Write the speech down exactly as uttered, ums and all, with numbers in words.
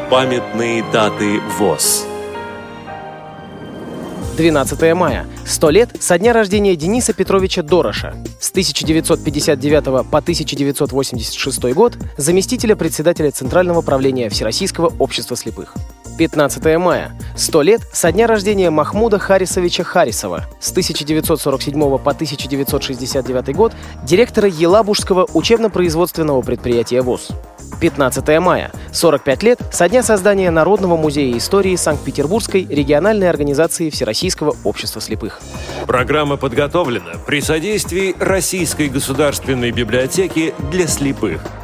Памятные даты ВОС. двенадцатое мая. Сто лет со дня рождения Дениса Петровича Дороша. С тысяча девятьсот пятьдесят девятого по тысяча девятьсот восемьдесят шестой год заместителя председателя Центрального правления Всероссийского общества слепых. пятнадцатое мая. Сто лет со дня рождения Махмуда Харисовича Харисова. С тысяча девятьсот сорок седьмого по тысяча девятьсот шестьдесят девятый год директора Елабужского учебно-производственного предприятия ВОС. пятнадцатое мая. сорок пять лет со дня создания Народного музея истории Санкт-Петербургской региональной организации Всероссийского общества слепых. Программа подготовлена при содействии Российской государственной библиотеки для слепых.